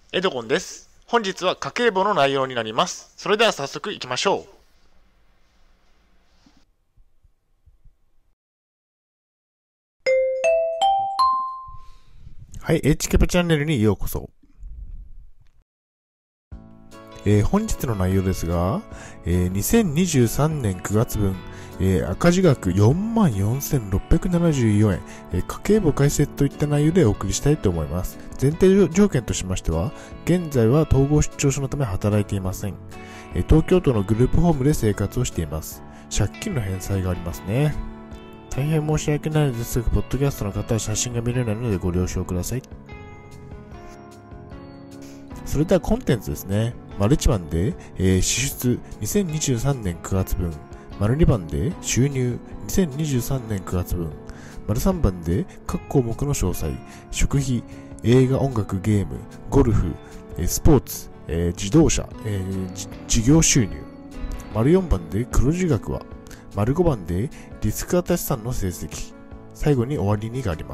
エドゴンです。本日は家計簿の内容になります。それでは早速行きましょう。 はい、HK チャンネルにようこそ。本日の内容ですが、2023年9月分、赤字額44,674円、家計簿開設といった内容でお送りしたいと思います。前提条件としましては、現在は統合失調症のため働いていません。東京都のグループホームで生活をしています。借金の返済がありますね。大変申し訳ないのですが、ポッドキャストの方は写真が見れないのでご了承ください。それではコンテンツですね。丸1番で、支出2023年9月分。丸2番で収入2023年9月分。丸3番で各項目の詳細。食費、映画、音楽、ゲーム、ゴルフ、スポーツ、自動車、事業収入。丸4番で黒字額は。丸5番でリスク型資産の成績。最後に終わりにがあります。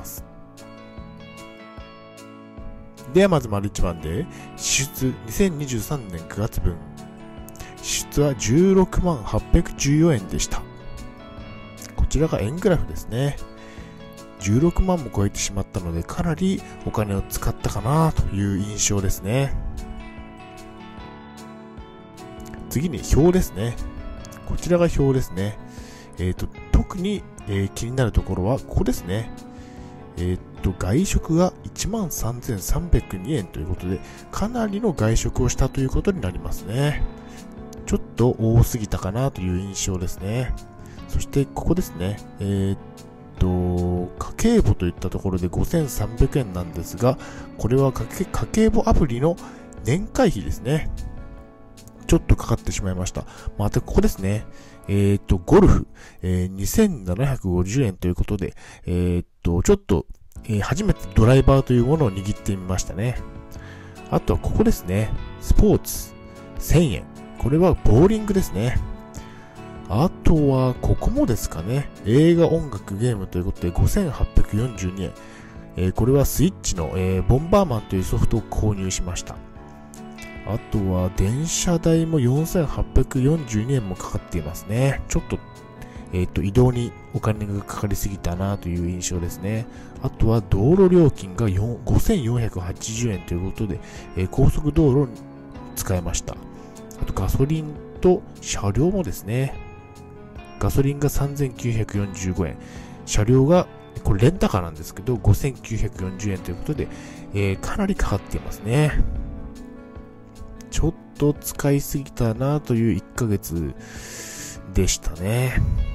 ではまず丸1番で支出2023年9月分。支出は16万814円でした。こちらが円グラフですね。16万も超えてしまったのでかなりお金を使ったかなという印象ですね。次に表ですね。こちらが表ですね。特に、気になるところはここですね。外食が 13,302 円ということで、かなりの外食をしたということになりますね。ちょっと多すぎたかなという印象ですね。そしてここですね。家計簿といったところで 5,300 円なんですが、これは家計簿アプリの年会費ですね。ちょっとかかってしまいました。またここですね。ゴルフ、2,750 円ということで、ちょっと、初めてドライバーというものを握ってみましたね。あとはここですね。スポーツ、1000円。これはボーリングですね。あとは、ここもですかね。映画、音楽、ゲームということで 5,842 円。これはスイッチの、ボンバーマンというソフトを購入しました。あとは電車代も 4,842 円もかかっていますね。ちょっと、移動にお金がかかりすぎたなという印象ですね。あとは道路料金が 5,480 円ということで、高速道路に使いました。あとガソリンと車両もですね。ガソリンが 3,945 円。車両が、これレンタカーなんですけど、5,940 円ということで、かなりかかっていますね。ちょっと使いすぎたなという1ヶ月でしたね。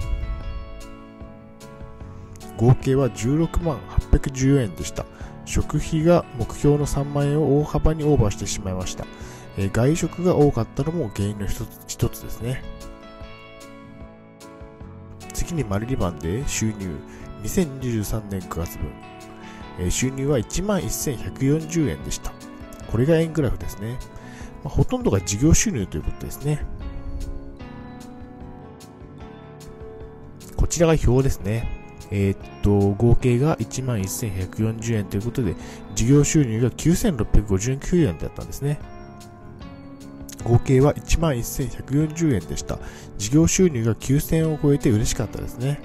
合計は16万814円でした。食費が目標の3万円を大幅にオーバーしてしまいました。外食が多かったのも原因の一つですね。次に丸2番で収入2023年9月分。収入は 11,140 円でした。これが円グラフですね。ほとんどが事業収入ということですね。こちらが表ですね。合計が 11,140 円ということで、事業収入が 9,659 円だったんですね。合計は 11,140 円でした。事業収入が 9,000 円を超えて嬉しかったですね。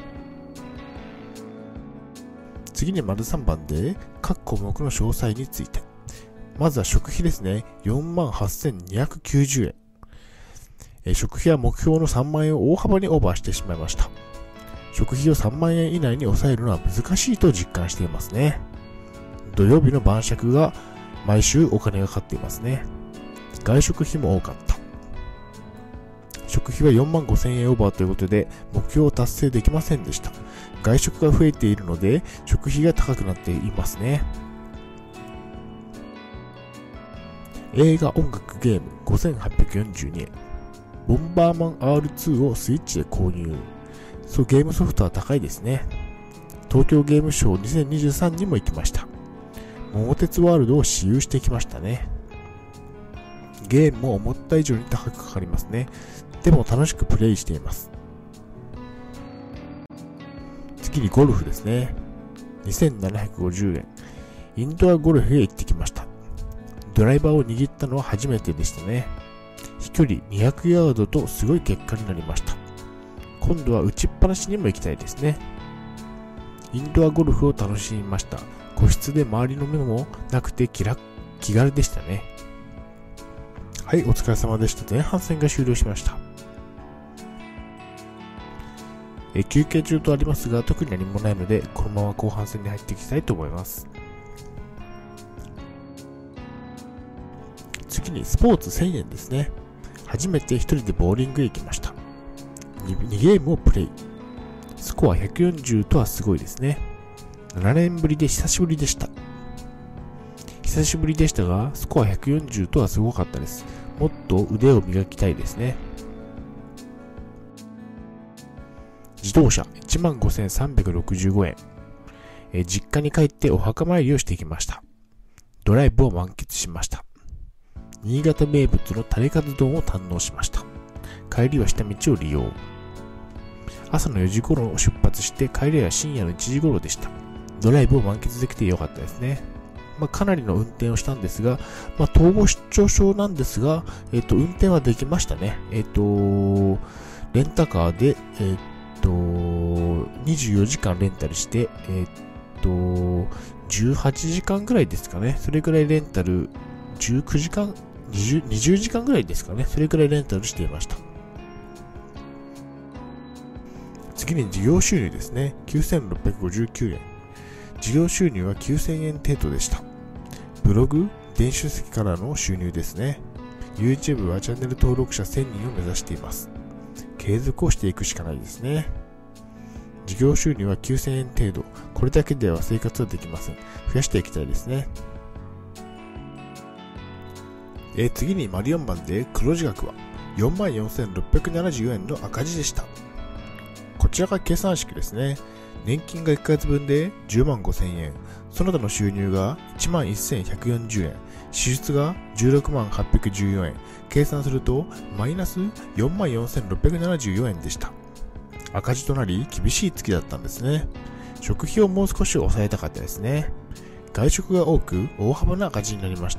次に丸3番で、各項目の詳細について。まずは食費ですね。48,290 円。食費は目標の3万円を大幅にオーバーしてしまいました。食費を3万円以内に抑えるのは難しいと実感していますね。土曜日の晩酌が毎週お金がかかっていますね。外食費も多かった。食費は 45,000 円オーバーということで目標を達成できませんでした。外食が増えているので食費が高くなっていますね。映画、音楽、ゲーム 5,842 円。ボンバーマン R2 をスイッチで購入。ゲームソフトは高いですね。東京ゲームショウ2023にも行きました。桃鉄ワールドを私有してきましたね。ゲームも思った以上に高くかかりますね。でも楽しくプレイしています。次にゴルフですね。 2,750 円。インドアゴルフへ行ってきました。 ドライバーを握ったのは初めてでしたね。飛距離200ヤードとすごい結果になりました。今度は打ちっぱなしにも行きたいですね。インドアゴルフを楽しみました。個室で周りの目もなくて気軽でしたね。はい、お疲れ様でした。前半戦が終了しました。休憩中とありますが、特に何もないので、このまま後半戦に入っていきたいと思います。次にスポーツ1000円ですね。初めて一人でボーリングへ行きました。2ゲームをプレイ。スコア140とはすごいですね。7年ぶりで久しぶりでした。久しぶりでしたが、スコア140とはすごかったです。もっと腕を磨きたいですね。自動車 15,365 円。実家に帰ってお墓参りをしてきました。ドライブを満喫しました。新潟名物のタレカツ丼を堪能しました。帰りは下道を利用。朝の4時頃出発して帰りは深夜の1時頃でした。ドライブを満喫できてよかったですね。かなりの運転をしたんですが、統合失調症なんですが、運転はできましたね。レンタカーで、24時間レンタルして、18時間ぐらいですかね。それぐらいレンタル、19時間、20時間ぐらいですかね。それぐらいレンタルしていました。次に事業収入ですね。9659円。事業収入は9000円程度でした。ブログ、電子書籍からの収入ですね。YouTube はチャンネル登録者1000人を目指しています。継続をしていくしかないですね。事業収入は9000円程度。これだけでは生活はできません。増やしていきたいですね。次にマリオン番で黒字額は 44,674 円の赤字でした。こちらが計算式ですね。年金が1ヶ月分で10万5000円。その他の収入が1万1140円。支出が16万814円。計算するとマイナス4万4674円でした。赤字となり厳しい月だったんですね。食費をもう少し抑えたかったですね。外食が多く大幅な赤字になりました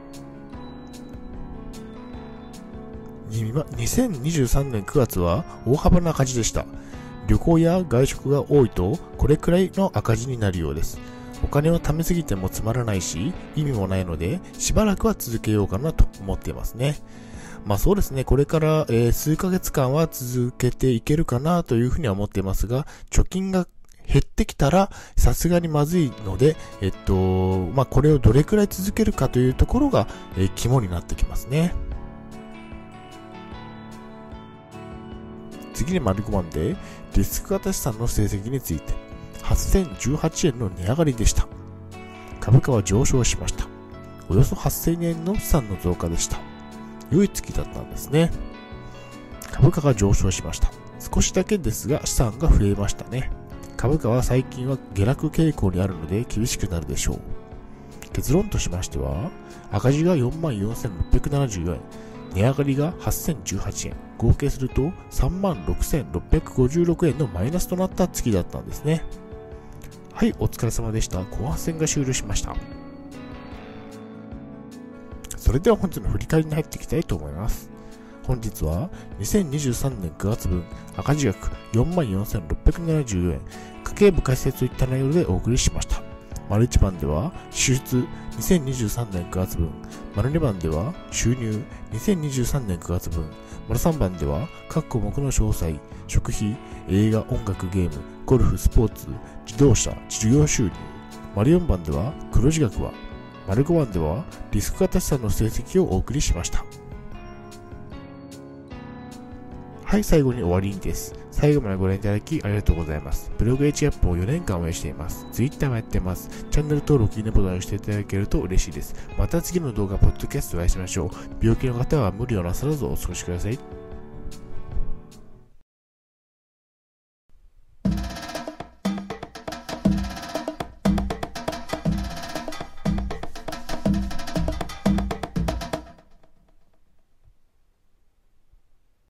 。2023年9月は大幅な赤字でした。旅行や外食が多いとこれくらいの赤字になるようです。お金を貯めすぎてもつまらないし意味もないのでしばらくは続けようかなと思っていますね。そうですね、これから、数ヶ月間は続けていけるかなというふうには思っていますが、貯金が減ってきたらさすがにまずいので、これをどれくらい続けるかというところが、肝になってきますね。次に丸5番でリスク型資産の成績について8018円の値上がりでした。株価は上昇しました。およそ8000円の資産の増加でした。良い月だったんですね。株価が上昇しました。少しだけですが資産が増えましたね。株価は最近は下落傾向にあるので厳しくなるでしょう。結論としましては、赤字が 44,674 円、値上がりが 8,018 円、合計すると 36,656 円のマイナスとなった月だったんですね。はい、お疲れ様でした。後半戦が終了しました。それでは本日の振り返りに入っていきたいと思います。本日は2023年9月分赤字額 44,674 円、家計簿解説といった内容でお送りしました。丸1番では支出2023年9月分、丸2番では収入2023年9月分、丸3番では各項目の詳細、食費、映画、音楽、ゲーム、ゴルフ、スポーツ、自動車、事業収入、丸4番では黒字額は、丸5番ではリスク型資産の成績をお送りしました。はい、最後に終わりにです。最後までご覧いただきありがとうございます。ブログ H アップを4年間運営しています。Twitter もやってます。チャンネル登録、いいねボタンを押していただけると嬉しいです。また次の動画、ポッドキャストでお会いしましょう。病気の方は無理をなさらずお過ごしください。